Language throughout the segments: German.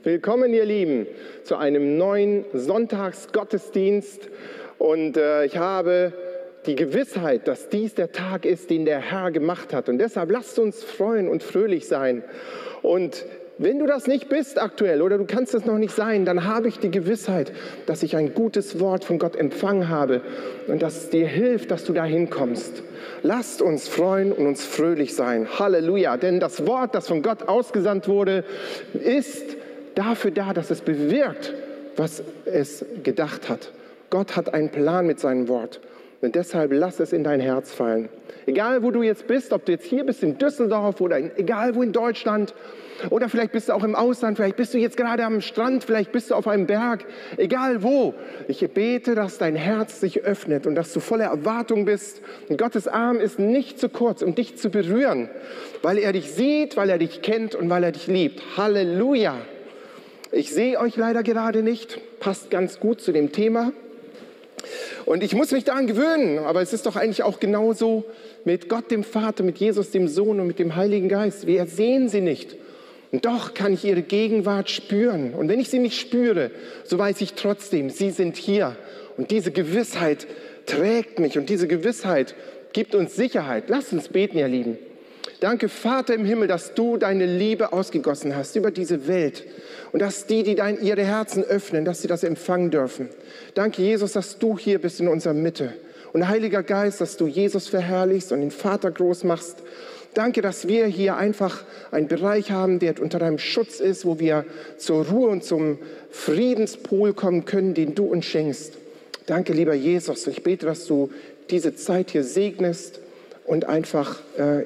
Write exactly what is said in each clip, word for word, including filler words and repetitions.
Willkommen, ihr Lieben, zu einem neuen Sonntagsgottesdienst. Und äh, ich habe die Gewissheit, dass dies der Tag ist, den der Herr gemacht hat. Und deshalb lasst uns freuen und fröhlich sein. Und wenn du das nicht bist aktuell oder du kannst es noch nicht sein, dann habe ich die Gewissheit, dass ich ein gutes Wort von Gott empfangen habe und dass es dir hilft, dass du da hinkommst. Lasst uns freuen und uns fröhlich sein. Halleluja! Denn das Wort, das von Gott ausgesandt wurde, ist dafür da, dass es bewirkt, was es gedacht hat. Gott hat einen Plan mit seinem Wort. Und deshalb lass es in dein Herz fallen. Egal, wo du jetzt bist, ob du jetzt hier bist in Düsseldorf oder in, egal wo in Deutschland oder vielleicht bist du auch im Ausland, vielleicht bist du jetzt gerade am Strand, vielleicht bist du auf einem Berg, egal wo. Ich bete, dass dein Herz sich öffnet und dass du voller Erwartung bist. Und Gottes Arm ist nicht zu kurz, um dich zu berühren, weil er dich sieht, weil er dich kennt und weil er dich liebt. Halleluja! Ich sehe euch leider gerade nicht, passt ganz gut zu dem Thema. Und ich muss mich daran gewöhnen, aber es ist doch eigentlich auch genauso mit Gott, dem Vater, mit Jesus, dem Sohn und mit dem Heiligen Geist. Wir sehen sie nicht. Und doch kann ich ihre Gegenwart spüren. Und wenn ich sie nicht spüre, so weiß ich trotzdem, sie sind hier. Und diese Gewissheit trägt mich und diese Gewissheit gibt uns Sicherheit. Lasst uns beten, ihr Lieben. Danke, Vater im Himmel, dass du deine Liebe ausgegossen hast über diese Welt und dass die, die dein, ihre Herzen öffnen, dass sie das empfangen dürfen. Danke, Jesus, dass du hier bist in unserer Mitte. Und Heiliger Geist, dass du Jesus verherrlichst und den Vater groß machst. Danke, dass wir hier einfach einen Bereich haben, der unter deinem Schutz ist, wo wir zur Ruhe und zum Friedenspol kommen können, den du uns schenkst. Danke, lieber Jesus. Ich bete, dass du diese Zeit hier segnest und einfach äh,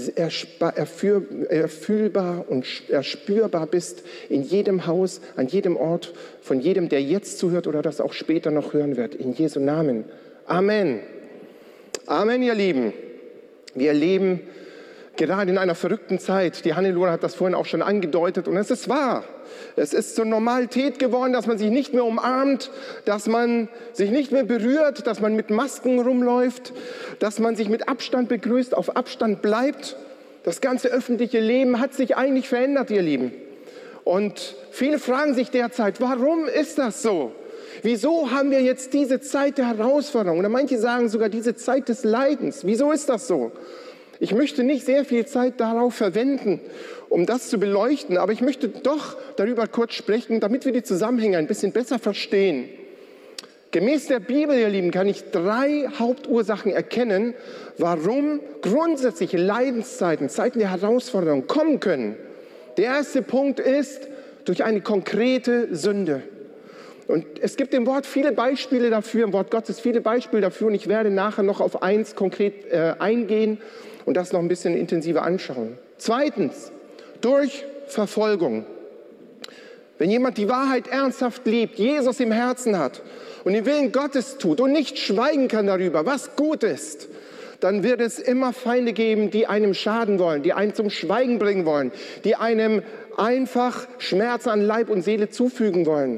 erfühlbar und erspürbar bist in jedem Haus, an jedem Ort, von jedem, der jetzt zuhört oder das auch später noch hören wird. In Jesu Namen. Amen. Amen, ihr Lieben. Wir leben gerade in einer verrückten Zeit. Die Hannelore hat das vorhin auch schon angedeutet und es ist wahr. Es ist zur Normalität geworden, dass man sich nicht mehr umarmt, dass man sich nicht mehr berührt, dass man mit Masken rumläuft, dass man sich mit Abstand begrüßt, auf Abstand bleibt. Das ganze öffentliche Leben hat sich eigentlich verändert, ihr Lieben. Und viele fragen sich derzeit, warum ist das so? Wieso haben wir jetzt diese Zeit der Herausforderung? Oder manche sagen sogar diese Zeit des Leidens. Wieso ist das so? Ich möchte nicht sehr viel Zeit darauf verwenden, um das zu beleuchten, aber ich möchte doch darüber kurz sprechen, damit wir die Zusammenhänge ein bisschen besser verstehen. Gemäß der Bibel, ihr Lieben, kann ich drei Hauptursachen erkennen, warum grundsätzliche Leidenszeiten, Zeiten der Herausforderung kommen können. Der erste Punkt ist durch eine konkrete Sünde. Und es gibt im Wort viele Beispiele dafür, im Wort Gottes viele Beispiele dafür und ich werde nachher noch auf eins konkret äh, eingehen und das noch ein bisschen intensiver anschauen. Zweitens, durch Verfolgung. Wenn jemand die Wahrheit ernsthaft liebt, Jesus im Herzen hat und den Willen Gottes tut und nicht schweigen kann darüber, was gut ist, dann wird es immer Feinde geben, die einem schaden wollen, die einen zum Schweigen bringen wollen, die einem einfach Schmerz an Leib und Seele zufügen wollen.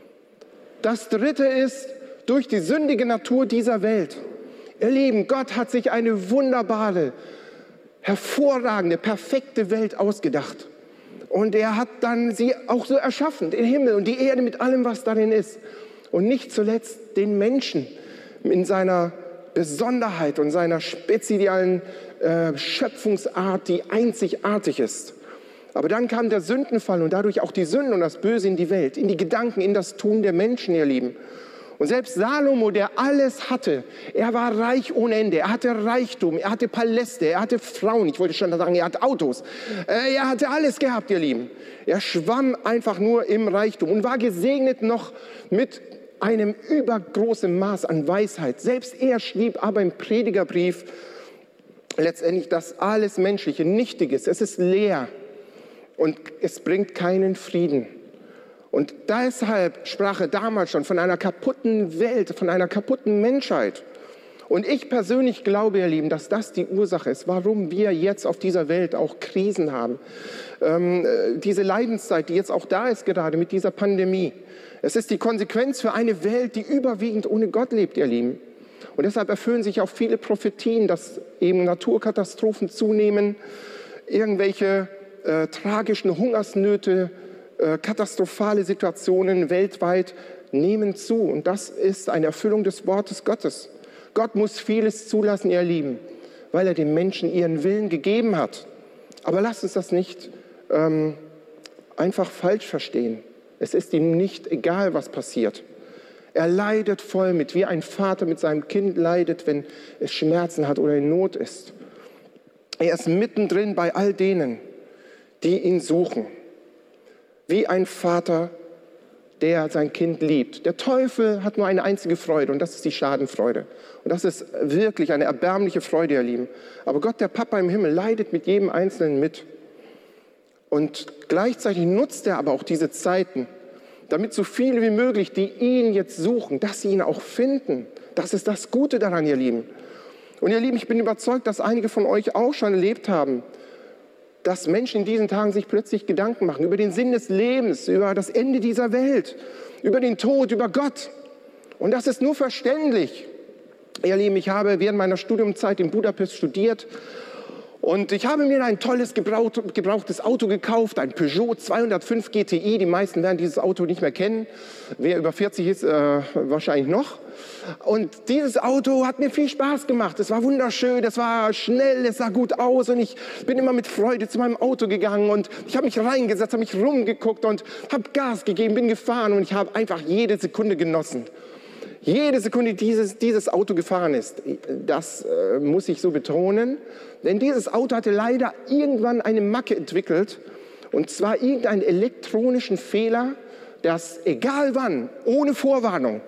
Das Dritte ist durch die sündige Natur dieser Welt. Ihr Lieben, Gott hat sich eine wunderbare, hervorragende, perfekte Welt ausgedacht. Und er hat dann sie auch so erschaffen, den Himmel und die Erde mit allem, was darin ist. Und nicht zuletzt den Menschen in seiner Besonderheit und seiner speziellen äh, Schöpfungsart, die einzigartig ist. Aber dann kam der Sündenfall und dadurch auch die Sünde und das Böse in die Welt, in die Gedanken, in das Tun der Menschen, ihr Lieben. Und selbst Salomo, der alles hatte, er war reich ohne Ende, er hatte Reichtum, er hatte Paläste, er hatte Frauen, ich wollte schon sagen, er hatte Autos, er hatte alles gehabt, ihr Lieben. Er schwamm einfach nur im Reichtum und war gesegnet noch mit einem übergroßen Maß an Weisheit. Selbst er schrieb aber im Predigerbrief letztendlich, dass alles Menschliche nichtig ist, es ist leer und es bringt keinen Frieden. Und deshalb sprach er damals schon von einer kaputten Welt, von einer kaputten Menschheit. Und ich persönlich glaube, ihr Lieben, dass das die Ursache ist, warum wir jetzt auf dieser Welt auch Krisen haben. Ähm, diese Leidenszeit, die jetzt auch da ist gerade mit dieser Pandemie. Es ist die Konsequenz für eine Welt, die überwiegend ohne Gott lebt, ihr Lieben. Und deshalb erfüllen sich auch viele Prophetien, dass eben Naturkatastrophen zunehmen, irgendwelche äh, tragischen Hungersnöte äh, katastrophale Situationen weltweit nehmen zu. Und das ist eine Erfüllung des Wortes Gottes. Gott muss vieles zulassen, ihr Lieben, weil er den Menschen ihren Willen gegeben hat. Aber lasst uns das nicht ähm, einfach falsch verstehen. Es ist ihm nicht egal, was passiert. Er leidet voll mit, wie ein Vater mit seinem Kind leidet, wenn es Schmerzen hat oder in Not ist. Er ist mittendrin bei all denen, die ihn suchen. Wie ein Vater, der sein Kind liebt. Der Teufel hat nur eine einzige Freude und das ist die Schadenfreude. Und das ist wirklich eine erbärmliche Freude, ihr Lieben. Aber Gott, der Papa im Himmel, leidet mit jedem Einzelnen mit. Und gleichzeitig nutzt er aber auch diese Zeiten, damit so viele wie möglich, die ihn jetzt suchen, dass sie ihn auch finden. Das ist das Gute daran, ihr Lieben. Und ihr Lieben, ich bin überzeugt, dass einige von euch auch schon erlebt haben, dass Menschen in diesen Tagen sich plötzlich Gedanken machen über den Sinn des Lebens, über das Ende dieser Welt, über den Tod, über Gott. Und das ist nur verständlich. Ihr Lieben, ich habe während meiner Studiumzeit in Budapest studiert und ich habe mir ein tolles gebrauchtes Auto gekauft, ein Peugeot zweihundertfünf G T I. Die meisten werden dieses Auto nicht mehr kennen. Wer über vierzig ist, äh, wahrscheinlich noch. Und dieses Auto hat mir viel Spaß gemacht. Es war wunderschön, es war schnell, es sah gut aus. Und ich bin immer mit Freude zu meinem Auto gegangen. Und ich habe mich reingesetzt, habe mich rumgeguckt und habe Gas gegeben, bin gefahren. Und ich habe einfach jede Sekunde genossen. Jede Sekunde, die dieses, dieses Auto gefahren ist, das äh, muss ich so betonen. Denn dieses Auto hatte leider irgendwann eine Macke entwickelt. Und zwar irgendeinen elektronischen Fehler, dass egal wann, ohne Vorwarnung,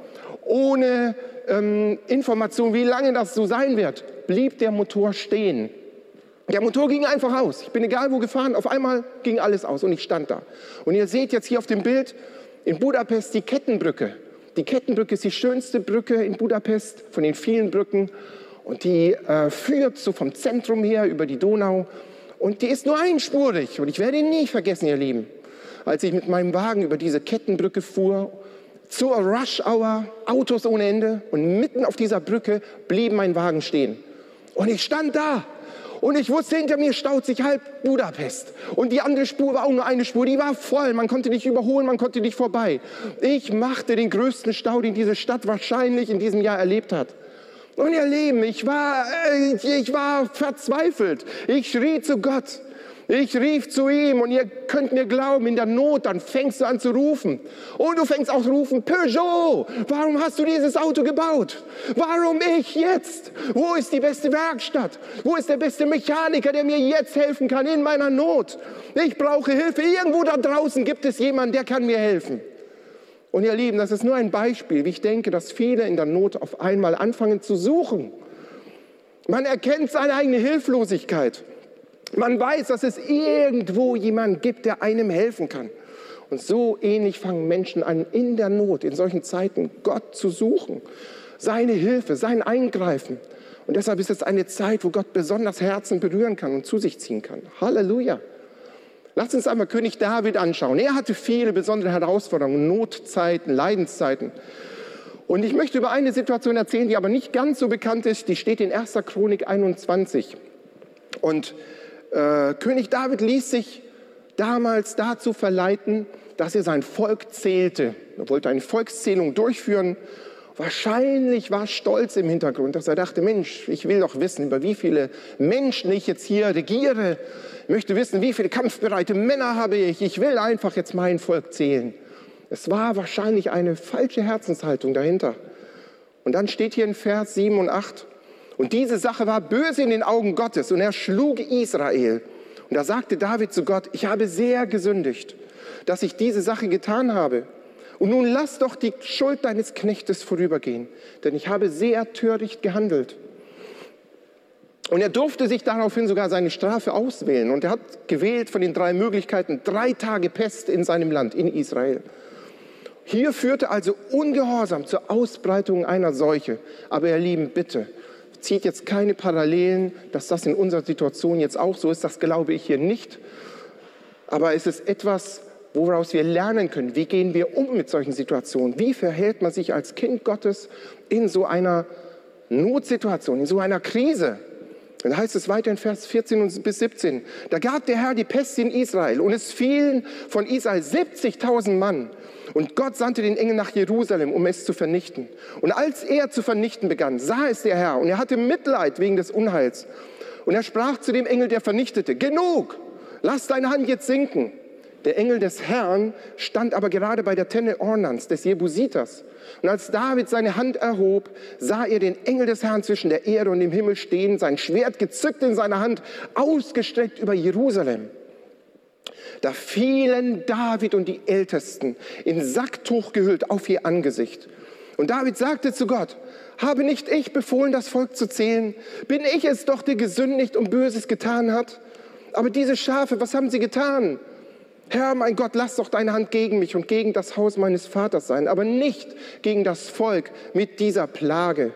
ohne ähm, Information, wie lange das so sein wird, blieb der Motor stehen. Der Motor ging einfach aus. Ich bin egal wo gefahren, auf einmal ging alles aus und ich stand da. Und ihr seht jetzt hier auf dem Bild in Budapest die Kettenbrücke. Die Kettenbrücke ist die schönste Brücke in Budapest von den vielen Brücken. Und die äh, führt so vom Zentrum her über die Donau. Und die ist nur einspurig. Und ich werde ihn nie vergessen, ihr Lieben. Als ich mit meinem Wagen über diese Kettenbrücke fuhr, zur Rush-Hour, Autos ohne Ende. Und mitten auf dieser Brücke blieb mein Wagen stehen. Und ich stand da. Und ich wusste, hinter mir staut sich halb Budapest. Und die andere Spur war auch nur eine Spur, die war voll. Man konnte nicht überholen, man konnte nicht vorbei. Ich machte den größten Stau, den diese Stadt wahrscheinlich in diesem Jahr erlebt hat. Und ihr Lieben, ich war, ich war verzweifelt. Ich schrie zu Gott. Ich rief zu ihm und ihr könnt mir glauben, in der Not, dann fängst du an zu rufen. Und du fängst auch zu rufen, Peugeot, warum hast du dieses Auto gebaut? Warum ich jetzt? Wo ist die beste Werkstatt? Wo ist der beste Mechaniker, der mir jetzt helfen kann in meiner Not? Ich brauche Hilfe. Irgendwo da draußen gibt es jemanden, der kann mir helfen. Und ihr Lieben, das ist nur ein Beispiel, wie ich denke, dass viele in der Not auf einmal anfangen zu suchen. Man erkennt seine eigene Hilflosigkeit. Man weiß, dass es irgendwo jemanden gibt, der einem helfen kann. Und so ähnlich fangen Menschen an, in der Not, in solchen Zeiten, Gott zu suchen. Seine Hilfe, sein Eingreifen. Und deshalb ist es eine Zeit, wo Gott besonders Herzen berühren kann und zu sich ziehen kann. Halleluja. Lasst uns einmal König David anschauen. Er hatte viele besondere Herausforderungen, Notzeiten, Leidenszeiten. Und ich möchte über eine Situation erzählen, die aber nicht ganz so bekannt ist. Die steht in erster Chronik einundzwanzig. Und Äh, König David ließ sich damals dazu verleiten, dass er sein Volk zählte. Er wollte eine Volkszählung durchführen. Wahrscheinlich war Stolz im Hintergrund, dass er dachte, Mensch, ich will doch wissen, über wie viele Menschen ich jetzt hier regiere. Ich möchte wissen, wie viele kampfbereite Männer habe ich. Ich will einfach jetzt mein Volk zählen. Es war wahrscheinlich eine falsche Herzenshaltung dahinter. Und dann steht hier in Vers sieben und acht, und diese Sache war böse in den Augen Gottes und er schlug Israel. Und da sagte David zu Gott, ich habe sehr gesündigt, dass ich diese Sache getan habe. Und nun lass doch die Schuld deines Knechtes vorübergehen, denn ich habe sehr töricht gehandelt. Und er durfte sich daraufhin sogar seine Strafe auswählen. Und er hat gewählt von den drei Möglichkeiten drei Tage Pest in seinem Land, in Israel. Hier führte also Ungehorsam zur Ausbreitung einer Seuche. Aber ihr Lieben, bitte, zieht jetzt keine Parallelen, dass das in unserer Situation jetzt auch so ist. Das glaube ich hier nicht. Aber es ist etwas, woraus wir lernen können. Wie gehen wir um mit solchen Situationen? Wie verhält man sich als Kind Gottes in so einer Notsituation, in so einer Krise? Dann heißt es weiter in Vers vierzehn bis siebzehn. Da gab der Herr die Pest in Israel und es fielen von Israel siebzigtausend Mann. Und Gott sandte den Engel nach Jerusalem, um es zu vernichten. Und als er zu vernichten begann, sah es der Herr und er hatte Mitleid wegen des Unheils. Und er sprach zu dem Engel, der vernichtete: Genug, lass deine Hand jetzt sinken. Der Engel des Herrn stand aber gerade bei der Tenne Ornans, des Jebusiters. Und als David seine Hand erhob, sah er den Engel des Herrn zwischen der Erde und dem Himmel stehen, sein Schwert gezückt in seiner Hand, ausgestreckt über Jerusalem. Da fielen David und die Ältesten in Sacktuch gehüllt auf ihr Angesicht. Und David sagte zu Gott: Habe nicht ich befohlen, das Volk zu zählen? Bin ich es doch, der gesündigt und Böses getan hat? Aber diese Schafe, was haben sie getan? Herr, mein Gott, lass doch deine Hand gegen mich und gegen das Haus meines Vaters sein, aber nicht gegen das Volk mit dieser Plage.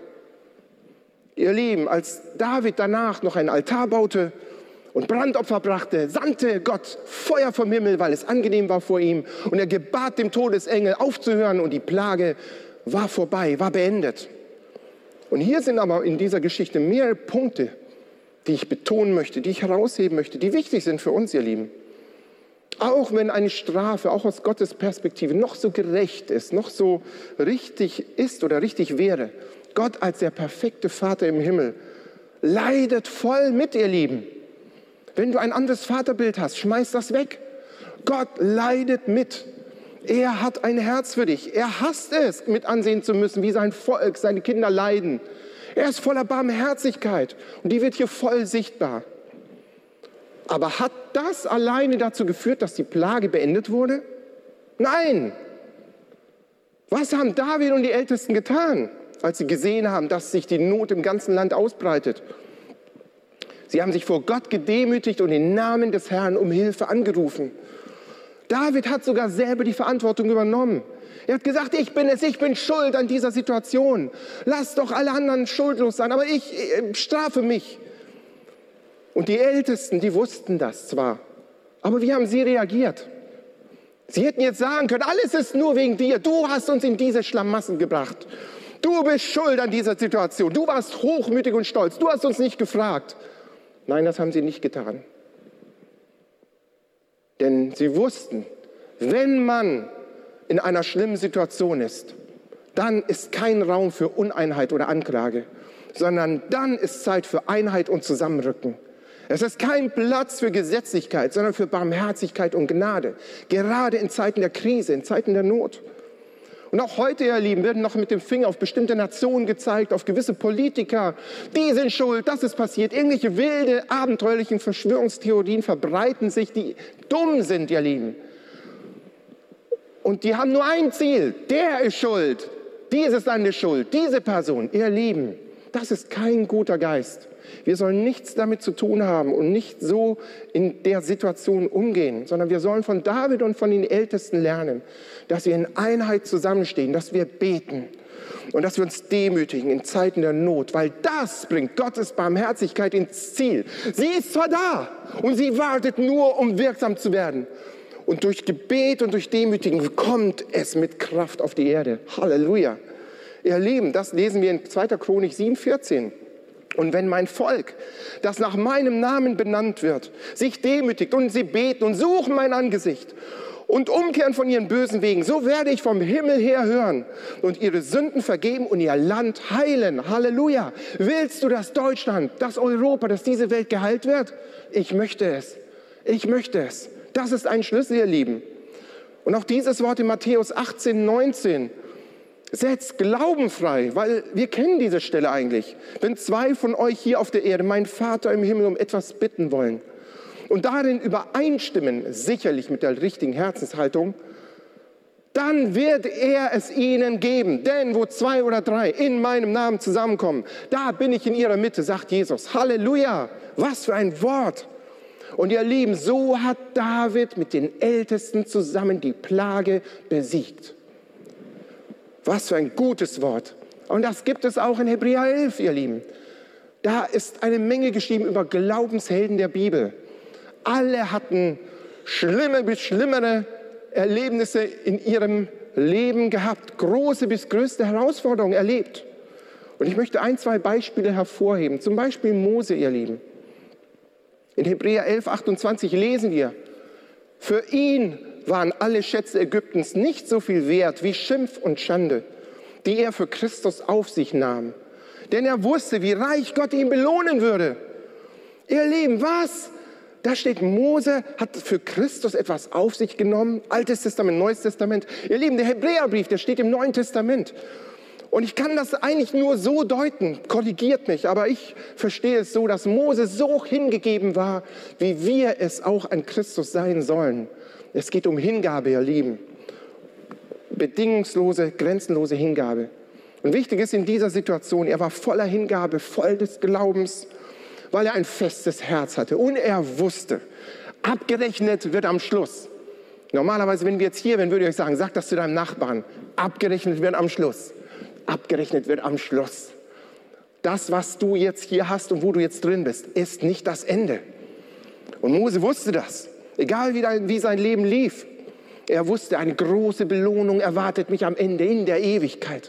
Ihr Lieben, als David danach noch einen Altar baute und Brandopfer brachte, sandte Gott Feuer vom Himmel, weil es angenehm war vor ihm. Und er gebat dem Todesengel aufzuhören und die Plage war vorbei, war beendet. Und hier sind aber in dieser Geschichte mehrere Punkte, die ich betonen möchte, die ich herausheben möchte, die wichtig sind für uns, ihr Lieben. Auch wenn eine Strafe, auch aus Gottes Perspektive, noch so gerecht ist, noch so richtig ist oder richtig wäre, Gott als der perfekte Vater im Himmel leidet voll mit, ihr Lieben. Wenn du ein anderes Vaterbild hast, schmeiß das weg. Gott leidet mit. Er hat ein Herz für dich. Er hasst es, mit ansehen zu müssen, wie sein Volk, seine Kinder leiden. Er ist voller Barmherzigkeit und die wird hier voll sichtbar. Aber hat das alleine dazu geführt, dass die Plage beendet wurde? Nein! Was haben David und die Ältesten getan, als sie gesehen haben, dass sich die Not im ganzen Land ausbreitet? Sie haben sich vor Gott gedemütigt und den Namen des Herrn um Hilfe angerufen. David hat sogar selber die Verantwortung übernommen. Er hat gesagt: Ich bin es, ich bin schuld an dieser Situation. Lass doch alle anderen schuldlos sein, aber ich, ich strafe mich. Und die Ältesten, die wussten das zwar, aber wie haben sie reagiert? Sie hätten jetzt sagen können: Alles ist nur wegen dir. Du hast uns in diese Schlamassel gebracht. Du bist schuld an dieser Situation. Du warst hochmütig und stolz. Du hast uns nicht gefragt. Nein, das haben sie nicht getan. Denn sie wussten, wenn man in einer schlimmen Situation ist, dann ist kein Raum für Uneinheit oder Anklage, sondern dann ist Zeit für Einheit und Zusammenrücken. Es ist kein Platz für Gesetzlichkeit, sondern für Barmherzigkeit und Gnade. Gerade in Zeiten der Krise, in Zeiten der Not. Und auch heute, ihr Lieben, werden noch mit dem Finger auf bestimmte Nationen gezeigt, auf gewisse Politiker. Die sind schuld, das ist passiert. Irgendwelche wilde, abenteuerlichen Verschwörungstheorien verbreiten sich, die dumm sind, ihr Lieben. Und die haben nur ein Ziel: Der ist schuld. Dies ist eine Schuld, diese Person. Ihr Lieben, das ist kein guter Geist. Wir sollen nichts damit zu tun haben und nicht so in der Situation umgehen, sondern wir sollen von David und von den Ältesten lernen, dass wir in Einheit zusammenstehen, dass wir beten und dass wir uns demütigen in Zeiten der Not, weil das bringt Gottes Barmherzigkeit ins Ziel. Sie ist zwar da und sie wartet nur, um wirksam zu werden. Und durch Gebet und durch Demütigen kommt es mit Kraft auf die Erde. Halleluja. Ihr Lieben, das lesen wir in zweiter Chronik sieben, vierzehn. Und wenn mein Volk, das nach meinem Namen benannt wird, sich demütigt und sie beten und suchen mein Angesicht und umkehren von ihren bösen Wegen, so werde ich vom Himmel her hören und ihre Sünden vergeben und ihr Land heilen. Halleluja. Willst du, dass Deutschland, dass Europa, dass diese Welt geheilt wird? Ich möchte es. Ich möchte es. Das ist ein Schlüssel, ihr Lieben. Und auch dieses Wort in Matthäus achtzehn, neunzehn. Setzt Glauben frei, weil wir kennen diese Stelle eigentlich. Wenn zwei von euch hier auf der Erde, mein Vater im Himmel, um etwas bitten wollen und darin übereinstimmen, sicherlich mit der richtigen Herzenshaltung, dann wird er es ihnen geben. Denn wo zwei oder drei in meinem Namen zusammenkommen, da bin ich in ihrer Mitte, sagt Jesus. Halleluja, was für ein Wort. Und ihr Lieben, so hat David mit den Ältesten zusammen die Plage besiegt. Was für ein gutes Wort. Und das gibt es auch in Hebräer elf, ihr Lieben. Da ist eine Menge geschrieben über Glaubenshelden der Bibel. Alle hatten schlimme bis schlimmere Erlebnisse in ihrem Leben gehabt. Große bis größte Herausforderungen erlebt. Und ich möchte ein, zwei Beispiele hervorheben. Zum Beispiel Mose, ihr Lieben. In Hebräer elf, achtundzwanzig lesen wir, für ihn waren alle Schätze Ägyptens nicht so viel wert wie Schimpf und Schande, die er für Christus auf sich nahm. Denn er wusste, wie reich Gott ihn belohnen würde. Ihr Lieben, was? Da steht, Mose hat für Christus etwas auf sich genommen. Altes Testament, Neues Testament. Ihr Lieben, der Hebräerbrief, der steht im Neuen Testament. Und ich kann das eigentlich nur so deuten, korrigiert mich, aber ich verstehe es so, dass Mose so hingegeben war, wie wir es auch an Christus sein sollen. Es geht um Hingabe, ihr Lieben. Bedingungslose, grenzenlose Hingabe. Und wichtig ist in dieser Situation, er war voller Hingabe, voll des Glaubens, weil er ein festes Herz hatte. Und er wusste, abgerechnet wird am Schluss. Normalerweise, wenn wir jetzt hier wären, würde ich euch sagen, sag das zu deinem Nachbarn. Abgerechnet wird am Schluss. Abgerechnet wird am Schluss. Das, was du jetzt hier hast und wo du jetzt drin bist, ist nicht das Ende. Und Mose wusste das. Egal wie, dein, wie sein Leben lief. Er wusste, eine große Belohnung erwartet mich am Ende in der Ewigkeit.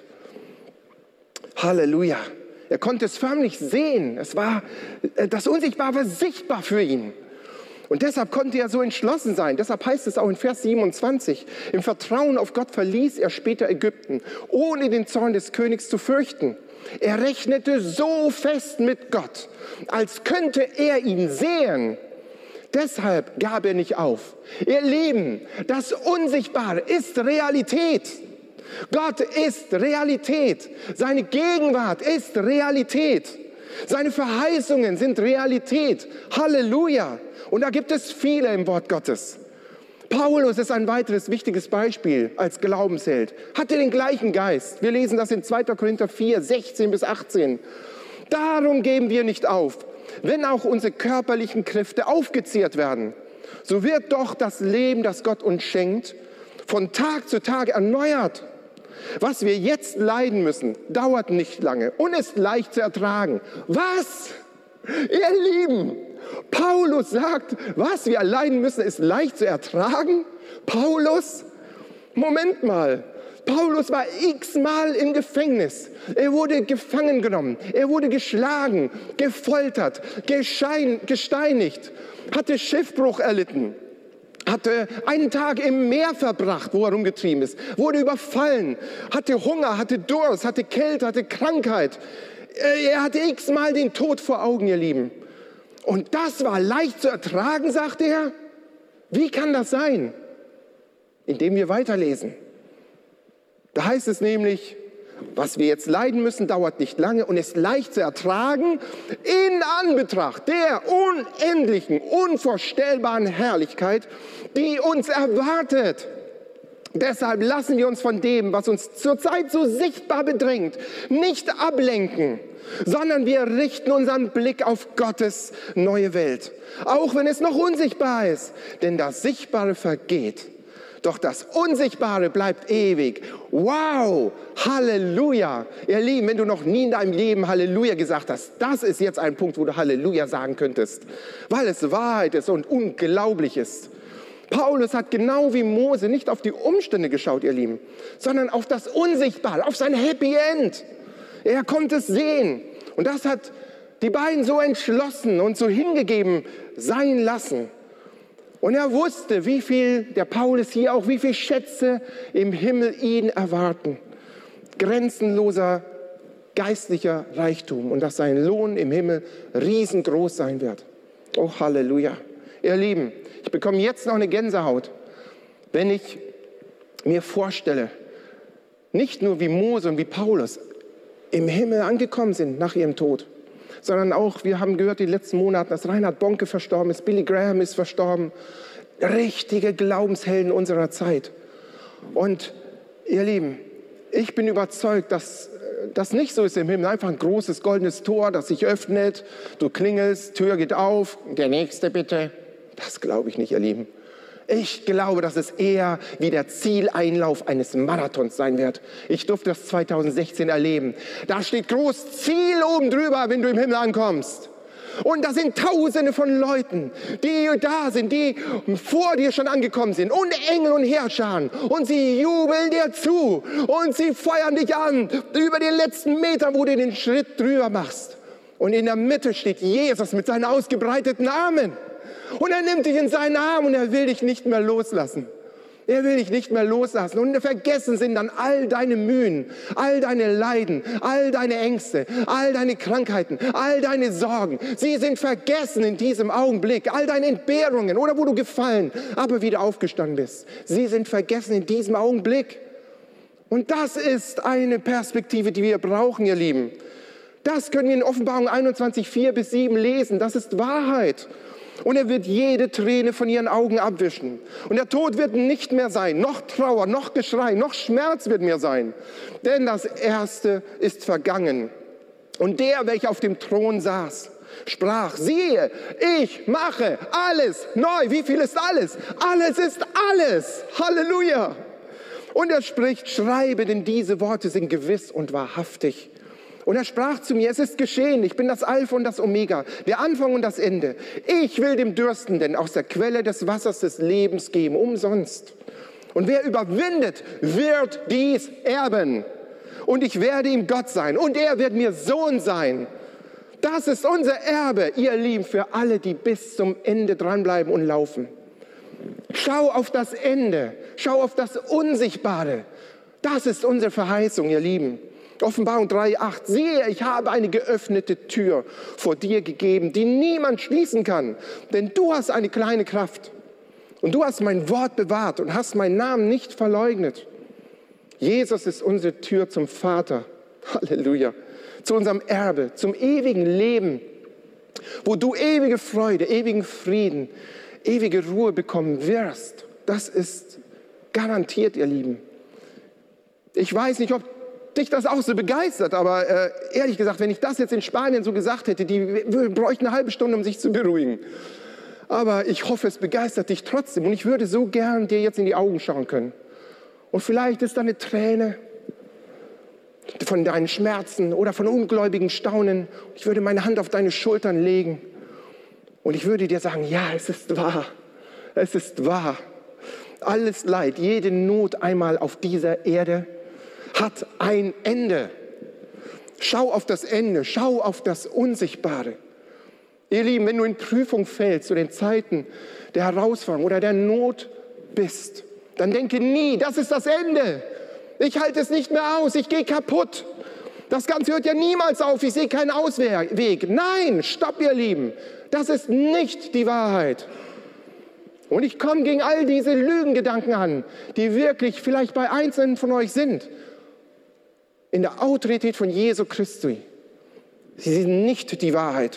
Halleluja. Er konnte es förmlich sehen. Es war, das Unsichtbare war sichtbar für ihn. Und deshalb konnte er so entschlossen sein. Deshalb heißt es auch in Vers siebenundzwanzig, im Vertrauen auf Gott verließ er später Ägypten, ohne den Zorn des Königs zu fürchten. Er rechnete so fest mit Gott, als könnte er ihn sehen. Deshalb gab er nicht auf. Ihr Lieben, das Unsichtbare ist Realität. Gott ist Realität. Seine Gegenwart ist Realität. Seine Verheißungen sind Realität. Halleluja. Und da gibt es viele im Wort Gottes. Paulus ist ein weiteres wichtiges Beispiel als Glaubensheld. Hatte den gleichen Geist. Wir lesen das in zweiter Korinther vier, sechzehn bis achtzehn. Darum geben wir nicht auf. Wenn auch unsere körperlichen Kräfte aufgezehrt werden, so wird doch das Leben, das Gott uns schenkt, von Tag zu Tag erneuert. Was wir jetzt leiden müssen, dauert nicht lange und ist leicht zu ertragen. Was? Ihr Lieben, Paulus sagt, was wir leiden müssen, ist leicht zu ertragen? Paulus? Moment mal. Paulus war x-mal im Gefängnis. Er wurde gefangen genommen. Er wurde geschlagen, gefoltert, geschein, gesteinigt, hatte Schiffbruch erlitten, hatte einen Tag im Meer verbracht, wo er rumgetrieben ist, wurde überfallen, hatte Hunger, hatte Durst, hatte Kälte, hatte Krankheit. Er hatte x-mal den Tod vor Augen, ihr Lieben. Und das war leicht zu ertragen, sagt er. Wie kann das sein? Indem wir weiterlesen. Da heißt es nämlich, was wir jetzt leiden müssen, dauert nicht lange und ist leicht zu ertragen in Anbetracht der unendlichen, unvorstellbaren Herrlichkeit, die uns erwartet. Deshalb lassen wir uns von dem, was uns zurzeit so sichtbar bedrängt, nicht ablenken, sondern wir richten unseren Blick auf Gottes neue Welt, auch wenn es noch unsichtbar ist, denn das Sichtbare vergeht. Doch das Unsichtbare bleibt ewig. Wow, Halleluja. Ihr Lieben, wenn du noch nie in deinem Leben Halleluja gesagt hast, das ist jetzt ein Punkt, wo du Halleluja sagen könntest, weil es Wahrheit ist und unglaublich ist. Paulus hat genau wie Mose nicht auf die Umstände geschaut, ihr Lieben, sondern auf das Unsichtbare, auf sein Happy End. Er konnte es sehen. Und das hat die beiden so entschlossen und so hingegeben sein lassen. Und er wusste, wie viel, der Paulus hier auch, wie viele Schätze im Himmel ihn erwarten. Grenzenloser geistlicher Reichtum und dass sein Lohn im Himmel riesengroß sein wird. Oh, Halleluja. Ihr Lieben, ich bekomme jetzt noch eine Gänsehaut, wenn ich mir vorstelle, nicht nur wie Mose und wie Paulus im Himmel angekommen sind nach ihrem Tod, sondern auch, wir haben gehört in den letzten Monaten, dass Reinhard Bonke verstorben ist, Billy Graham ist verstorben, richtige Glaubenshelden unserer Zeit. Und ihr Lieben, ich bin überzeugt, dass das nicht so ist im Himmel, einfach ein großes goldenes Tor, das sich öffnet, du klingelst, Tür geht auf, der Nächste bitte. Das glaube ich nicht, ihr Lieben. Ich glaube, dass es eher wie der Zieleinlauf eines Marathons sein wird. Ich durfte das zweitausendsechzehn erleben. Da steht groß Ziel oben drüber, wenn du im Himmel ankommst. Und da sind Tausende von Leuten, die da sind, die vor dir schon angekommen sind. Und Engel und Heerscharen. Und sie jubeln dir zu. Und sie feuern dich an über den letzten Meter, wo du den Schritt drüber machst. Und in der Mitte steht Jesus mit seinen ausgebreiteten Armen. Und er nimmt dich in seinen Arm und er will dich nicht mehr loslassen. Er will dich nicht mehr loslassen. Und vergessen sind dann all deine Mühen, all deine Leiden, all deine Ängste, all deine Krankheiten, all deine Sorgen. Sie sind vergessen in diesem Augenblick. All deine Entbehrungen oder wo du gefallen, aber wieder aufgestanden bist. Sie sind vergessen in diesem Augenblick. Und das ist eine Perspektive, die wir brauchen, ihr Lieben. Das können wir in Offenbarung einundzwanzig, vier bis sieben lesen. Das ist Wahrheit. Und er wird jede Träne von ihren Augen abwischen. Und der Tod wird nicht mehr sein, noch Trauer, noch Geschrei, noch Schmerz wird mehr sein. Denn das Erste ist vergangen. Und der, welcher auf dem Thron saß, sprach, siehe, ich mache alles neu. Wie viel ist alles? Alles ist alles. Halleluja. Und er spricht, schreibe, denn diese Worte sind gewiss und wahrhaftig. Und er sprach zu mir, es ist geschehen, ich bin das Alpha und das Omega, der Anfang und das Ende. Ich will dem Dürstenden aus der Quelle des Wassers des Lebens geben, umsonst. Und wer überwindet, wird dies erben. Und ich werde ihm Gott sein und er wird mir Sohn sein. Das ist unser Erbe, ihr Lieben, für alle, die bis zum Ende dranbleiben und laufen. Schau auf das Ende, schau auf das Unsichtbare. Das ist unsere Verheißung, ihr Lieben. Offenbarung drei, acht, siehe, ich habe eine geöffnete Tür vor dir gegeben, die niemand schließen kann, denn du hast eine kleine Kraft und du hast mein Wort bewahrt und hast meinen Namen nicht verleugnet. Jesus ist unsere Tür zum Vater, Halleluja, zu unserem Erbe, zum ewigen Leben, wo du ewige Freude, ewigen Frieden, ewige Ruhe bekommen wirst. Das ist garantiert, ihr Lieben. Ich weiß nicht, ob dich das auch so begeistert, aber äh, ehrlich gesagt, wenn ich das jetzt in Spanien so gesagt hätte, die bräuchten eine halbe Stunde, um sich zu beruhigen. Aber ich hoffe, es begeistert dich trotzdem und ich würde so gern dir jetzt in die Augen schauen können. Und vielleicht ist da eine Träne von deinen Schmerzen oder von ungläubigen Staunen. Ich würde meine Hand auf deine Schultern legen und ich würde dir sagen, ja, es ist wahr, es ist wahr. Alles Leid, jede Not einmal auf dieser Erde hat ein Ende. Schau auf das Ende, schau auf das Unsichtbare. Ihr Lieben, wenn du in Prüfung fällst, zu den Zeiten der Herausforderung oder der Not bist, dann denke nie, das ist das Ende. Ich halte es nicht mehr aus, ich gehe kaputt. Das Ganze hört ja niemals auf, ich sehe keinen Ausweg. Nein, stopp, ihr Lieben, das ist nicht die Wahrheit. Und ich komme gegen all diese Lügengedanken an, die wirklich vielleicht bei Einzelnen von euch sind. In der Autorität von Jesu Christi. Sie sind nicht die Wahrheit.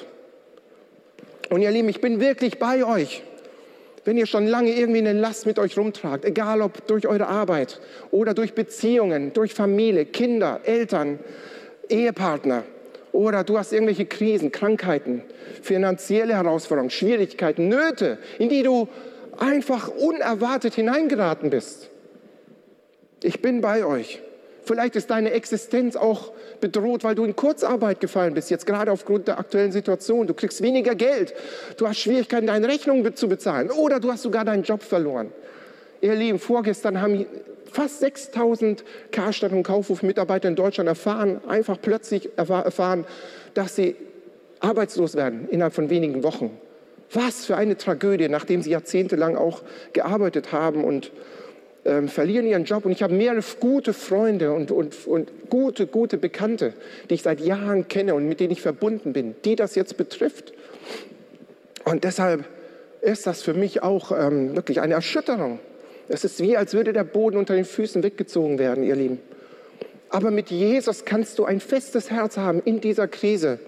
Und ihr Lieben, ich bin wirklich bei euch. Wenn ihr schon lange irgendwie eine Last mit euch rumtragt, egal ob durch eure Arbeit oder durch Beziehungen, durch Familie, Kinder, Eltern, Ehepartner oder du hast irgendwelche Krisen, Krankheiten, finanzielle Herausforderungen, Schwierigkeiten, Nöte, in die du einfach unerwartet hineingeraten bist. Ich bin bei euch. Vielleicht ist deine Existenz auch bedroht, weil du in Kurzarbeit gefallen bist, jetzt gerade aufgrund der aktuellen Situation. Du kriegst weniger Geld, du hast Schwierigkeiten, deine Rechnungen zu bezahlen oder du hast sogar deinen Job verloren. Ihr Lieben, vorgestern haben fast sechstausend Karstadt- und Kaufhof-Mitarbeiter in Deutschland erfahren, einfach plötzlich erfahren, dass sie arbeitslos werden innerhalb von wenigen Wochen. Was für eine Tragödie, nachdem sie jahrzehntelang auch gearbeitet haben und ähm, verlieren ihren Job. Und ich habe mehrere gute Freunde und, und, und gute, gute Bekannte, die ich seit Jahren kenne und mit denen ich verbunden bin, die das jetzt betrifft. Und deshalb ist das für mich auch ähm, wirklich eine Erschütterung. Es ist wie, als würde der Boden unter den Füßen weggezogen werden, ihr Lieben. Aber mit Jesus kannst du ein festes Herz haben in dieser Krise.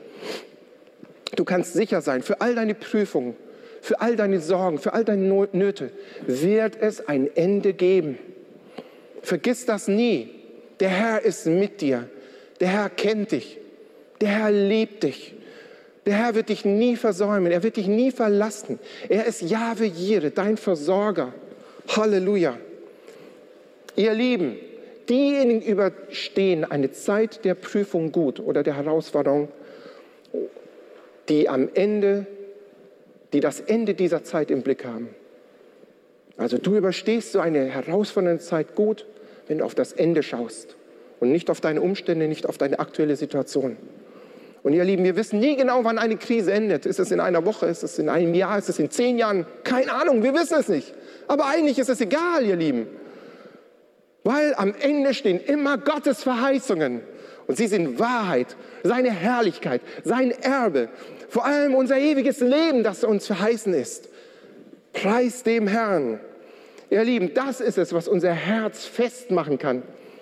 Du kannst sicher sein, für all deine Prüfungen, für all deine Sorgen, für all deine Nöte wird es ein Ende geben. Vergiss das nie. Der Herr ist mit dir. Der Herr kennt dich. Der Herr liebt dich. Der Herr wird dich nie versäumen. Er wird dich nie verlassen. Er ist Jahwe Jireh, dein Versorger. Halleluja. Ihr Lieben, diejenigen überstehen eine Zeit der Prüfung gut oder der Herausforderung die am Ende, die das Ende dieser Zeit im Blick haben. Also du überstehst so eine herausfordernde Zeit gut, wenn du auf das Ende schaust und nicht auf deine Umstände, nicht auf deine aktuelle Situation. Und ihr Lieben, wir wissen nie genau, wann eine Krise endet. Ist es in einer Woche, ist es in einem Jahr, ist es in zehn Jahren? Keine Ahnung, wir wissen es nicht. Aber eigentlich ist es egal, ihr Lieben. Weil am Ende stehen immer Gottes Verheißungen. Und sie sind Wahrheit, seine Herrlichkeit, sein Erbe. Vor allem unser ewiges Leben, das uns verheißen ist. Preis dem Herrn. Ihr Lieben, das ist es, was unser Herz festmachen kann.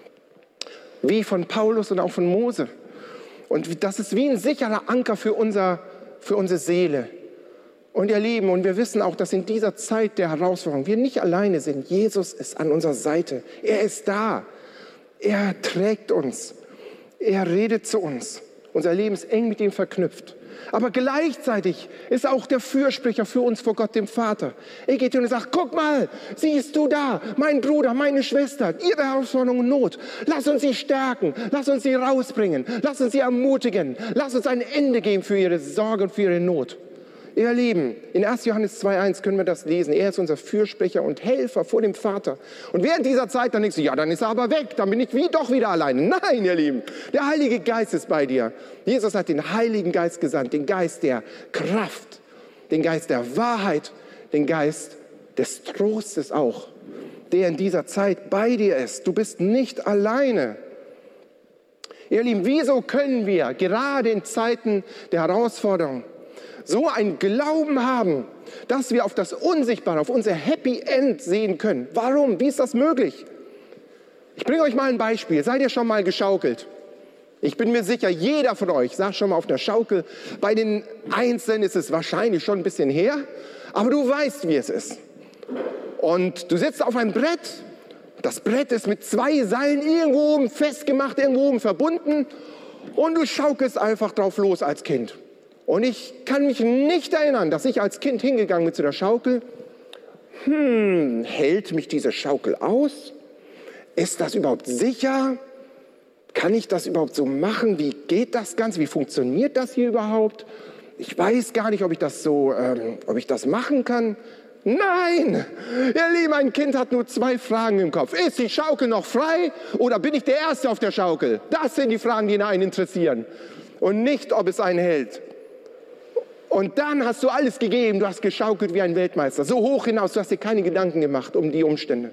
Wie von Paulus und auch von Mose. Und das ist wie ein sicherer Anker für, unser, für unsere Seele. Und ihr Lieben, und wir wissen auch, dass in dieser Zeit der Herausforderung wir nicht alleine sind. Jesus ist an unserer Seite. Er ist da. Er trägt uns. Er redet zu uns. Unser Leben ist eng mit ihm verknüpft. Aber gleichzeitig ist auch der Fürsprecher für uns vor Gott, dem Vater. Er geht hin und sagt, guck mal, siehst du da, mein Bruder, meine Schwester, ihre Herausforderung und Not. Lass uns sie stärken, lass uns sie rausbringen, lass uns sie ermutigen, lass uns ein Ende geben für ihre Sorge und für ihre Not. Ihr Lieben, in erster Johannes zwei eins können wir das lesen. Er ist unser Fürsprecher und Helfer vor dem Vater. Und während dieser Zeit dann denkst du, ja, dann ist er aber weg, dann bin ich wie doch wieder alleine. Nein, ihr Lieben, der Heilige Geist ist bei dir. Jesus hat den Heiligen Geist gesandt, den Geist der Kraft, den Geist der Wahrheit, den Geist des Trostes auch, der in dieser Zeit bei dir ist. Du bist nicht alleine. Ihr Lieben, wieso können wir gerade in Zeiten der Herausforderung so einen Glauben haben, dass wir auf das Unsichtbare, auf unser Happy End sehen können? Warum? Wie ist das möglich? Ich bringe euch mal ein Beispiel. Seid ihr schon mal geschaukelt? Ich bin mir sicher, jeder von euch saß schon mal auf der Schaukel. Bei den Einzelnen ist es wahrscheinlich schon ein bisschen her, aber du weißt, wie es ist. Und du sitzt auf einem Brett. Das Brett ist mit zwei Seilen irgendwo oben festgemacht, irgendwo oben verbunden. Und du schaukelst einfach drauf los als Kind. Und ich kann mich nicht erinnern, dass ich als Kind hingegangen bin zu der Schaukel. Hm, hält mich diese Schaukel aus? Ist das überhaupt sicher? Kann ich das überhaupt so machen? Wie geht das Ganze? Wie funktioniert das hier überhaupt? Ich weiß gar nicht, ob ich das so, ähm, ob ich das machen kann. Nein! Ihr Lieben, ein Kind hat nur zwei Fragen im Kopf. Ist die Schaukel noch frei oder bin ich der Erste auf der Schaukel? Das sind die Fragen, die einen interessieren. Und nicht, ob es einen hält. Und dann hast du alles gegeben, du hast geschaukelt wie ein Weltmeister, so hoch hinaus, du hast dir keine Gedanken gemacht um die Umstände.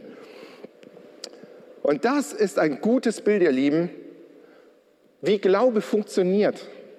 Und das ist ein gutes Bild, ihr Lieben, wie Glaube funktioniert.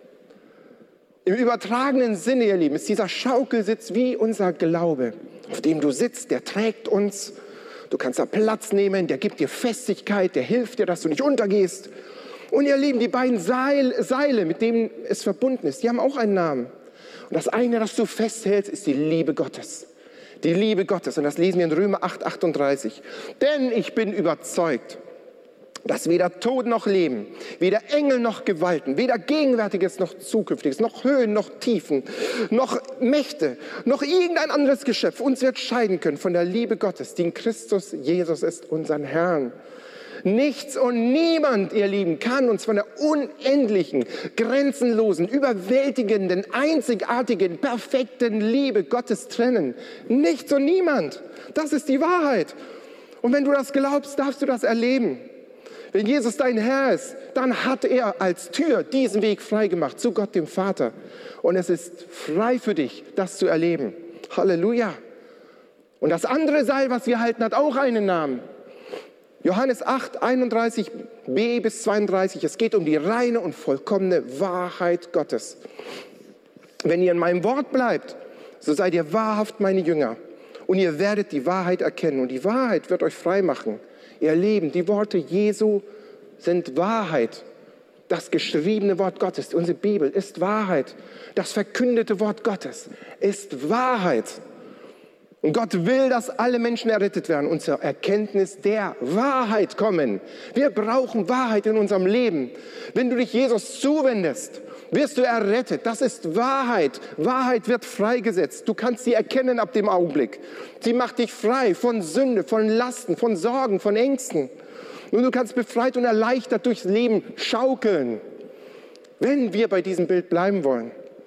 Im übertragenen Sinne, ihr Lieben, ist dieser Schaukelsitz wie unser Glaube, auf dem du sitzt, der trägt uns, du kannst da Platz nehmen, der gibt dir Festigkeit, der hilft dir, dass du nicht untergehst. Und ihr Lieben, die beiden Seil, Seile, mit denen es verbunden ist, die haben auch einen Namen. Und das eine, das du festhältst, ist die Liebe Gottes. Die Liebe Gottes. Und das lesen wir in Römer acht, achtunddreißig. Denn ich bin überzeugt, dass weder Tod noch Leben, weder Engel noch Gewalten, weder Gegenwärtiges noch Zukünftiges, noch Höhen noch Tiefen, noch Mächte, noch irgendein anderes Geschöpf uns wird scheiden können von der Liebe Gottes, die in Christus Jesus ist, unseren Herrn. Nichts und niemand, ihr Lieben, kann uns von der unendlichen, grenzenlosen, überwältigenden, einzigartigen, perfekten Liebe Gottes trennen. Nichts und niemand. Das ist die Wahrheit. Und wenn du das glaubst, darfst du das erleben. Wenn Jesus dein Herr ist, dann hat er als Tür diesen Weg freigemacht zu Gott, dem Vater. Und es ist frei für dich, das zu erleben. Halleluja. Und das andere Seil, was wir halten, hat auch einen Namen. Johannes acht, einunddreißig b bis zweiunddreißig, es geht um die reine und vollkommene Wahrheit Gottes. Wenn ihr in meinem Wort bleibt, so seid ihr wahrhaft meine Jünger und ihr werdet die Wahrheit erkennen und die Wahrheit wird euch frei machen. Ihr Leben, die Worte Jesu sind Wahrheit. Das geschriebene Wort Gottes, unsere Bibel, ist Wahrheit. Das verkündete Wort Gottes ist Wahrheit. Und Gott will, dass alle Menschen errettet werden und zur Erkenntnis der Wahrheit kommen. Wir brauchen Wahrheit in unserem Leben. Wenn du dich Jesus zuwendest, wirst du errettet. Das ist Wahrheit. Wahrheit wird freigesetzt. Du kannst sie erkennen ab dem Augenblick. Sie macht dich frei von Sünde, von Lasten, von Sorgen, von Ängsten. Und du kannst befreit und erleichtert durchs Leben schaukeln, wenn wir bei diesem Bild bleiben wollen.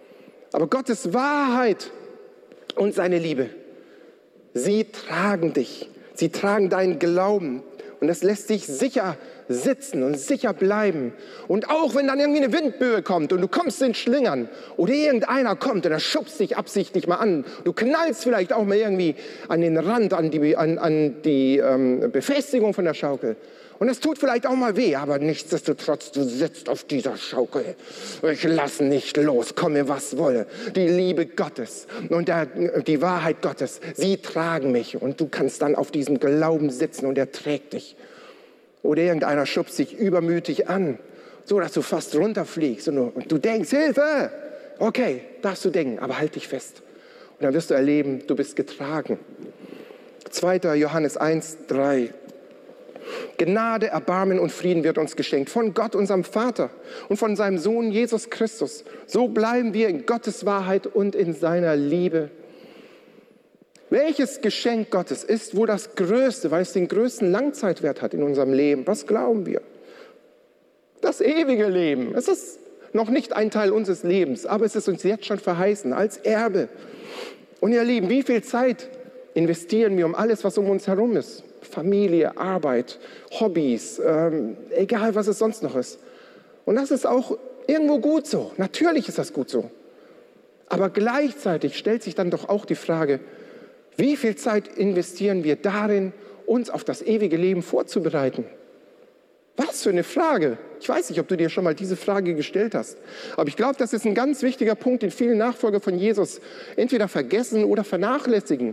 Aber Gottes Wahrheit und seine Liebe, sie tragen dich. Sie tragen deinen Glauben. Und das lässt dich sicher sitzen und sicher bleiben. Und auch wenn dann irgendwie eine Windböe kommt und du kommst in Schlingern oder irgendeiner kommt und er schubst dich absichtlich mal an, du knallst vielleicht auch mal irgendwie an den Rand, an die, an, an die ähm, Befestigung von der Schaukel. Und es tut vielleicht auch mal weh, aber nichtsdestotrotz, du sitzt auf dieser Schaukel. Ich lasse nicht los, komme was wolle. Die Liebe Gottes und der, die Wahrheit Gottes, sie tragen mich. Und du kannst dann auf diesem Glauben sitzen und er trägt dich. Oder irgendeiner schubst dich übermütig an, so dass du fast runterfliegst. Und du, und du denkst, Hilfe! Okay, darfst du denken, aber halt dich fest. Und dann wirst du erleben, du bist getragen. zweiter Johannes eins, drei. Gnade, Erbarmen und Frieden wird uns geschenkt von Gott, unserem Vater und von seinem Sohn Jesus Christus. So bleiben wir in Gottes Wahrheit und in seiner Liebe. Welches Geschenk Gottes ist wohl das Größte, weil es den größten Langzeitwert hat in unserem Leben? Was glauben wir? Das ewige Leben. Es ist noch nicht ein Teil unseres Lebens, aber es ist uns jetzt schon verheißen als Erbe. Und ihr Lieben, wie viel Zeit investieren wir um alles, was um uns herum ist? Familie, Arbeit, Hobbys, ähm, egal was es sonst noch ist. Und das ist auch irgendwo gut so. Natürlich ist das gut so. Aber gleichzeitig stellt sich dann doch auch die Frage, wie viel Zeit investieren wir darin, uns auf das ewige Leben vorzubereiten? Was für eine Frage. Ich weiß nicht, ob du dir schon mal diese Frage gestellt hast. Aber ich glaube, das ist ein ganz wichtiger Punkt, den viele Nachfolger von Jesus entweder vergessen oder vernachlässigen.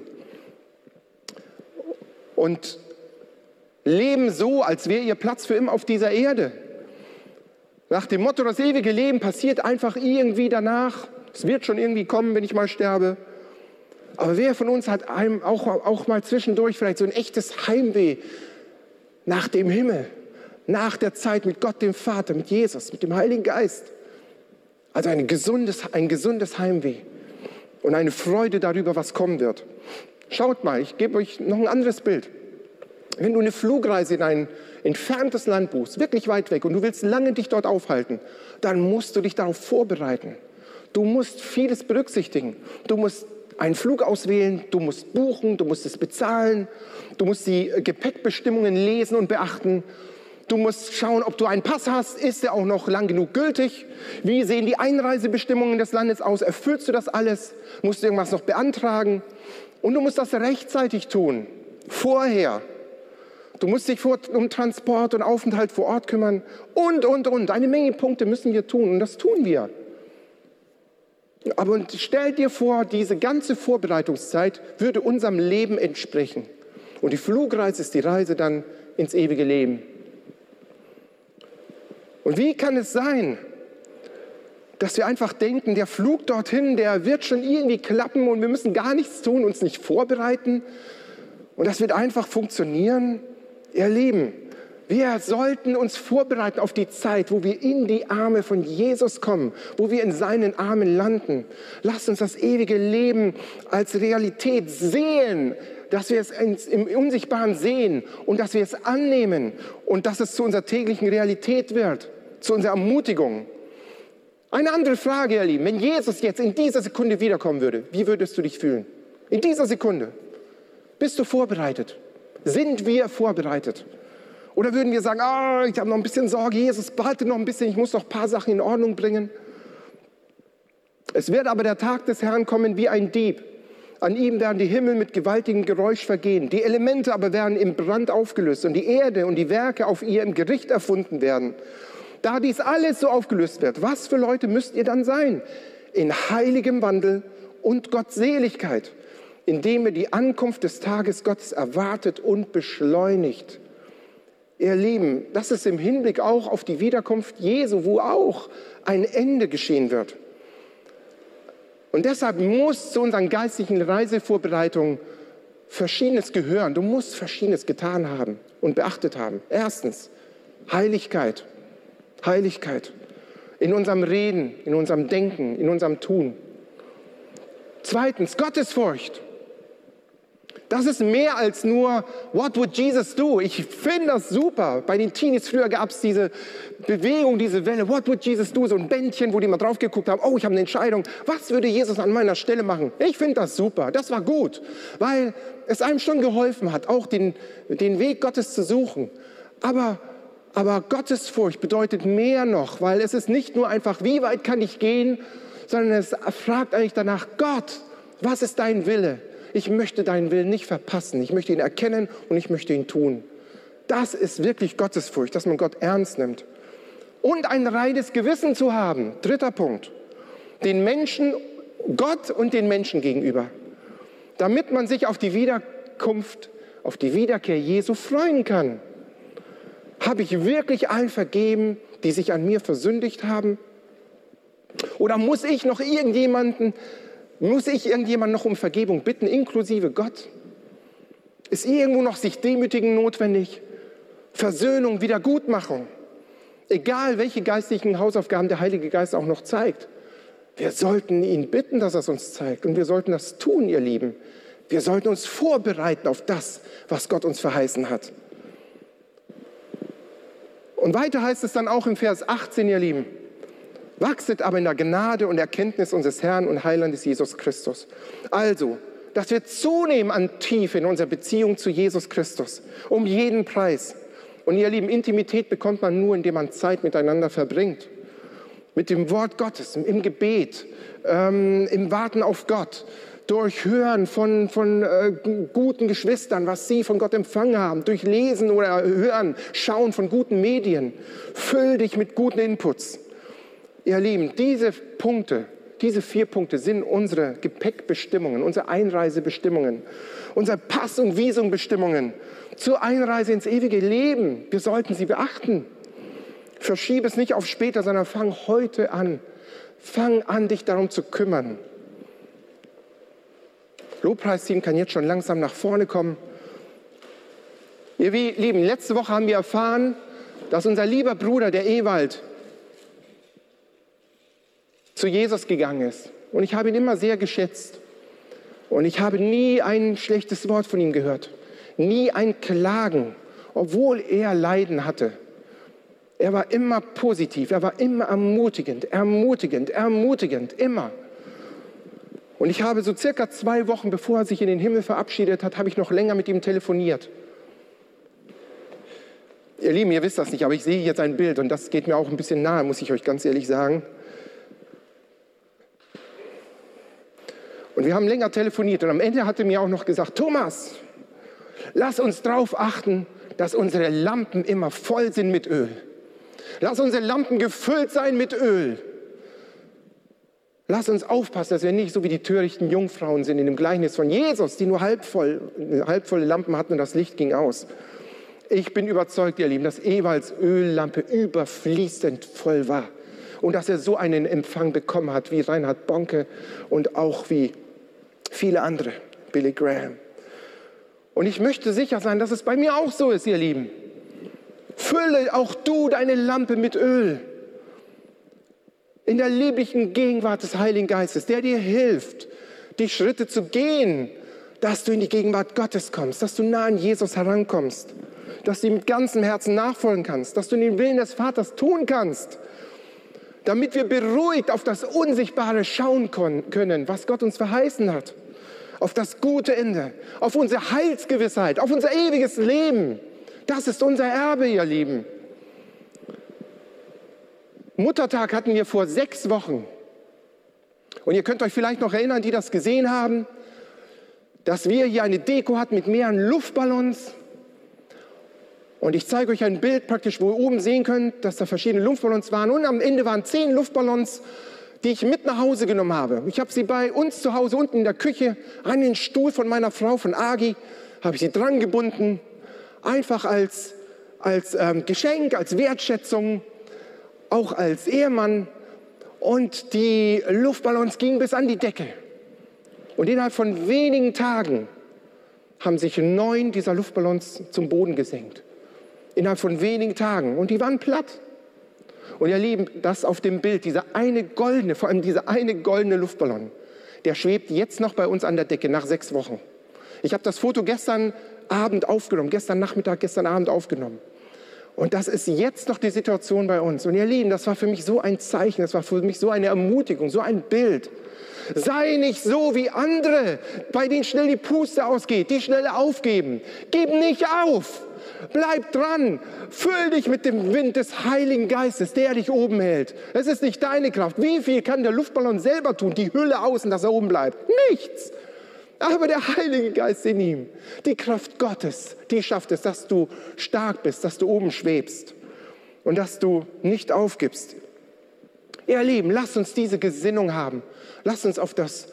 Und leben so, als wäre ihr Platz für immer auf dieser Erde. Nach dem Motto, das ewige Leben passiert einfach irgendwie danach. Es wird schon irgendwie kommen, wenn ich mal sterbe. Aber wer von uns hat einem auch, auch mal zwischendurch vielleicht so ein echtes Heimweh nach dem Himmel, nach der Zeit mit Gott, dem Vater, mit Jesus, mit dem Heiligen Geist? Also ein gesundes, ein gesundes Heimweh und eine Freude darüber, was kommen wird. Schaut mal, ich gebe euch noch ein anderes Bild. Wenn du eine Flugreise in ein entferntes Land buchst, wirklich weit weg, und du willst lange dich dort aufhalten, dann musst du dich darauf vorbereiten. Du musst vieles berücksichtigen. Du musst einen Flug auswählen, du musst buchen, du musst es bezahlen, du musst die Gepäckbestimmungen lesen und beachten. Du musst schauen, ob du einen Pass hast, ist der auch noch lang genug gültig? Wie sehen die Einreisebestimmungen des Landes aus? Erfüllst du das alles? Musst du irgendwas noch beantragen? Und du musst das rechtzeitig tun, vorher. Du musst dich um Transport und Aufenthalt vor Ort kümmern und, und, und. Eine Menge Punkte müssen wir tun und das tun wir. Aber stell dir vor, diese ganze Vorbereitungszeit würde unserem Leben entsprechen. Und die Flugreise ist die Reise dann ins ewige Leben. Und wie kann es sein, dass wir einfach denken, der Flug dorthin, der wird schon irgendwie klappen und wir müssen gar nichts tun, uns nicht vorbereiten und das wird einfach funktionieren? Ihr Lieben, wir sollten uns vorbereiten auf die Zeit, wo wir in die Arme von Jesus kommen, wo wir in seinen Armen landen. Lasst uns das ewige Leben als Realität sehen, dass wir es im Unsichtbaren sehen und dass wir es annehmen und dass es zu unserer täglichen Realität wird, zu unserer Ermutigung. Eine andere Frage, ihr Lieben, wenn Jesus jetzt in dieser Sekunde wiederkommen würde, wie würdest du dich fühlen? In dieser Sekunde. Bist du vorbereitet? Sind wir vorbereitet? Oder würden wir sagen, oh, ich habe noch ein bisschen Sorge, Jesus, warte noch ein bisschen, ich muss noch ein paar Sachen in Ordnung bringen. Es wird aber der Tag des Herrn kommen wie ein Dieb. An ihm werden die Himmel mit gewaltigem Geräusch vergehen. Die Elemente aber werden im Brand aufgelöst und die Erde und die Werke auf ihr im Gericht erfunden werden. Da dies alles so aufgelöst wird, was für Leute müsst ihr dann sein? In heiligem Wandel und Gottseligkeit, indem ihr die Ankunft des Tages Gottes erwartet und beschleunigt. Ihr Lieben, das ist im Hinblick auch auf die Wiederkunft Jesu, wo auch ein Ende geschehen wird. Und deshalb muss zu unseren geistlichen Reisevorbereitungen Verschiedenes gehören. Du musst Verschiedenes getan haben und beachtet haben. Erstens, Heiligkeit. Heiligkeit. In unserem Reden, in unserem Denken, in unserem Tun. Zweitens, Gottesfurcht. Das ist mehr als nur, what would Jesus do? Ich finde das super. Bei den Teenies früher gab es diese Bewegung, diese Welle, what would Jesus do? So ein Bändchen, wo die mal drauf geguckt haben, oh, ich habe eine Entscheidung. Was würde Jesus an meiner Stelle machen? Ich finde das super. Das war gut, weil es einem schon geholfen hat, auch den, den Weg Gottes zu suchen. Aber, aber Gottesfurcht bedeutet mehr noch, weil es ist nicht nur einfach, wie weit kann ich gehen, sondern es fragt eigentlich danach, Gott, was ist dein Wille? Ich möchte deinen Willen nicht verpassen. Ich möchte ihn erkennen und ich möchte ihn tun. Das ist wirklich Gottesfurcht, dass man Gott ernst nimmt. Und ein reines Gewissen zu haben. Dritter Punkt. Den Menschen, Gott und den Menschen gegenüber. Damit man sich auf die Wiederkunft, auf die Wiederkehr Jesu freuen kann. Habe ich wirklich allen vergeben, die sich an mir versündigt haben? Oder muss ich noch irgendjemanden Muss ich irgendjemand noch um Vergebung bitten, inklusive Gott? Ist irgendwo noch sich demütigen notwendig? Versöhnung, Wiedergutmachung. Egal, welche geistlichen Hausaufgaben der Heilige Geist auch noch zeigt. Wir sollten ihn bitten, dass er es uns zeigt. Und wir sollten das tun, ihr Lieben. Wir sollten uns vorbereiten auf das, was Gott uns verheißen hat. Und weiter heißt es dann auch im Vers achtzehn, ihr Lieben. Wachset aber in der Gnade und Erkenntnis unseres Herrn und Heilandes Jesus Christus. Also, dass wir zunehmen an Tiefe in unserer Beziehung zu Jesus Christus, um jeden Preis. Und ihr Lieben, Intimität bekommt man nur, indem man Zeit miteinander verbringt. Mit dem Wort Gottes, im Gebet, ähm, im Warten auf Gott, durch Hören von, von äh, guten Geschwistern, was sie von Gott empfangen haben, durch Lesen oder Hören, Schauen von guten Medien. Füll dich mit guten Inputs. Ihr Lieben, diese Punkte, diese vier Punkte sind unsere Gepäckbestimmungen, unsere Einreisebestimmungen, unsere Pass- und Visumbestimmungen zur Einreise ins ewige Leben. Wir sollten sie beachten. Verschiebe es nicht auf später, sondern fang heute an. Fang an, dich darum zu kümmern. Lobpreisteam kann jetzt schon langsam nach vorne kommen. Ihr Lieben, letzte Woche haben wir erfahren, dass unser lieber Bruder, der Ewald, zu Jesus gegangen ist. Und ich habe ihn immer sehr geschätzt. Und ich habe nie ein schlechtes Wort von ihm gehört. Nie ein Klagen, obwohl er Leiden hatte. Er war immer positiv, er war immer ermutigend, ermutigend, ermutigend, immer. Und ich habe so circa zwei Wochen, bevor er sich in den Himmel verabschiedet hat, habe ich noch länger mit ihm telefoniert. Ihr Lieben, ihr wisst das nicht, aber ich sehe jetzt ein Bild und das geht mir auch ein bisschen nahe, muss ich euch ganz ehrlich sagen. Und wir haben länger telefoniert und am Ende hat er mir auch noch gesagt, Thomas, lass uns darauf achten, dass unsere Lampen immer voll sind mit Öl. Lass unsere Lampen gefüllt sein mit Öl. Lass uns aufpassen, dass wir nicht so wie die törichten Jungfrauen sind in dem Gleichnis von Jesus, die nur halb voll, halbvolle Lampen hatten und das Licht ging aus. Ich bin überzeugt, ihr Lieben, dass Ewalds Öllampe überfließend voll war. Und dass er so einen Empfang bekommen hat wie Reinhard Bonke und auch wie viele andere, Billy Graham. Und ich möchte sicher sein, dass es bei mir auch so ist, ihr Lieben. Fülle auch du deine Lampe mit Öl. In der lieblichen Gegenwart des Heiligen Geistes, der dir hilft, die Schritte zu gehen, dass du in die Gegenwart Gottes kommst, dass du nah an Jesus herankommst, dass du ihm mit ganzem Herzen nachfolgen kannst, dass du den Willen des Vaters tun kannst, damit wir beruhigt auf das Unsichtbare schauen können, was Gott uns verheißen hat, auf das gute Ende, auf unsere Heilsgewissheit, auf unser ewiges Leben. Das ist unser Erbe, ihr Lieben. Muttertag hatten wir vor sechs Wochen. Und ihr könnt euch vielleicht noch erinnern, die das gesehen haben, dass wir hier eine Deko hatten mit mehreren Luftballons. Und ich zeige euch ein Bild praktisch, wo ihr oben sehen könnt, dass da verschiedene Luftballons waren. Und am Ende waren zehn Luftballons, die ich mit nach Hause genommen habe. Ich habe sie bei uns zu Hause unten in der Küche an den Stuhl von meiner Frau, von Agi, habe ich sie dran gebunden. Einfach als, als ähm, Geschenk, als Wertschätzung, auch als Ehemann. Und die Luftballons gingen bis an die Decke. Und innerhalb von wenigen Tagen haben sich neun dieser Luftballons zum Boden gesenkt. Innerhalb von wenigen Tagen. Und die waren platt. Und ihr Lieben, das auf dem Bild, dieser eine goldene, vor allem dieser eine goldene Luftballon, der schwebt jetzt noch bei uns an der Decke nach sechs Wochen. Ich habe das Foto gestern Abend aufgenommen, gestern Nachmittag, gestern Abend aufgenommen. Und das ist jetzt noch die Situation bei uns. Und ihr Lieben, das war für mich so ein Zeichen, das war für mich so eine Ermutigung, so ein Bild. Sei nicht so wie andere, bei denen schnell die Puste ausgeht, die schnell aufgeben. Gib nicht auf. Bleib dran. Füll dich mit dem Wind des Heiligen Geistes, der dich oben hält. Es ist nicht deine Kraft. Wie viel kann der Luftballon selber tun, die Hülle außen, dass er oben bleibt? Nichts. Aber der Heilige Geist in ihm, die Kraft Gottes, die schafft es, dass du stark bist, dass du oben schwebst und dass du nicht aufgibst. Ihr Lieben, lasst uns diese Gesinnung haben. Lasst uns auf das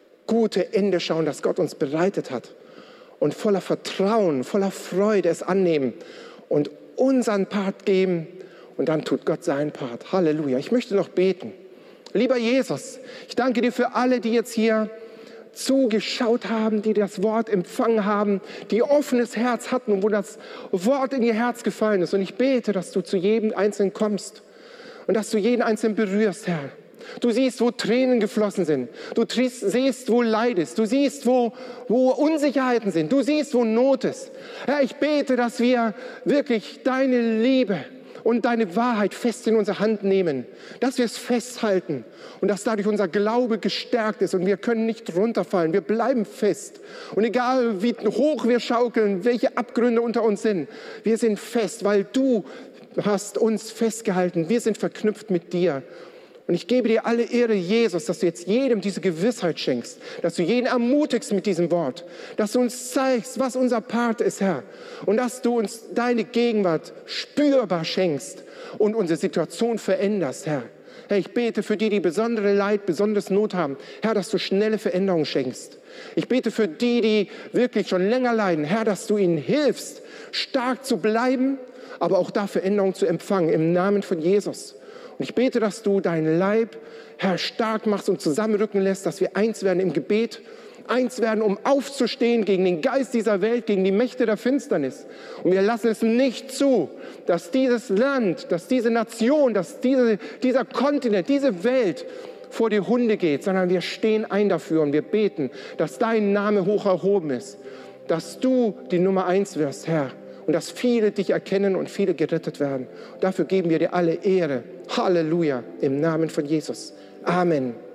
gute Ende schauen, das Gott uns bereitet hat. Und voller Vertrauen, voller Freude es annehmen und unseren Part geben. Und dann tut Gott seinen Part. Halleluja. Ich möchte noch beten. Lieber Jesus, ich danke dir für alle, die jetzt hier zugeschaut haben, die das Wort empfangen haben, die offenes Herz hatten und wo das Wort in ihr Herz gefallen ist. Und ich bete, dass du zu jedem Einzelnen kommst und dass du jeden Einzelnen berührst, Herr. Du siehst, wo Tränen geflossen sind. Du siehst, wo Leid ist. Du siehst, wo, wo Unsicherheiten sind. Du siehst, wo Not ist. Herr, ich bete, dass wir wirklich deine Liebe und deine Wahrheit fest in unsere Hand nehmen, dass wir es festhalten und dass dadurch unser Glaube gestärkt ist und wir können nicht runterfallen, wir bleiben fest. Und egal wie hoch wir schaukeln, welche Abgründe unter uns sind, wir sind fest, weil du hast uns festgehalten, wir sind verknüpft mit dir. Und ich gebe dir alle Ehre, Jesus, dass du jetzt jedem diese Gewissheit schenkst, dass du jeden ermutigst mit diesem Wort, dass du uns zeigst, was unser Part ist, Herr, und dass du uns deine Gegenwart spürbar schenkst und unsere Situation veränderst, Herr. Herr, ich bete für die, die besondere Leid, besonderes Not haben, Herr, dass du schnelle Veränderungen schenkst. Ich bete für die, die wirklich schon länger leiden, Herr, dass du ihnen hilfst, stark zu bleiben, aber auch da Veränderungen zu empfangen, im Namen von Jesus. Und ich bete, dass du deinen Leib, Herr, stark machst und zusammenrücken lässt, dass wir eins werden im Gebet, eins werden, um aufzustehen gegen den Geist dieser Welt, gegen die Mächte der Finsternis. Und wir lassen es nicht zu, dass dieses Land, dass diese Nation, dass diese, dieser Kontinent, diese Welt vor die Hunde geht, sondern wir stehen ein dafür und wir beten, dass dein Name hoch erhoben ist, dass du die Nummer eins wirst, Herr. Und dass viele dich erkennen und viele gerettet werden. Dafür geben wir dir alle Ehre. Halleluja, im Namen von Jesus. Amen.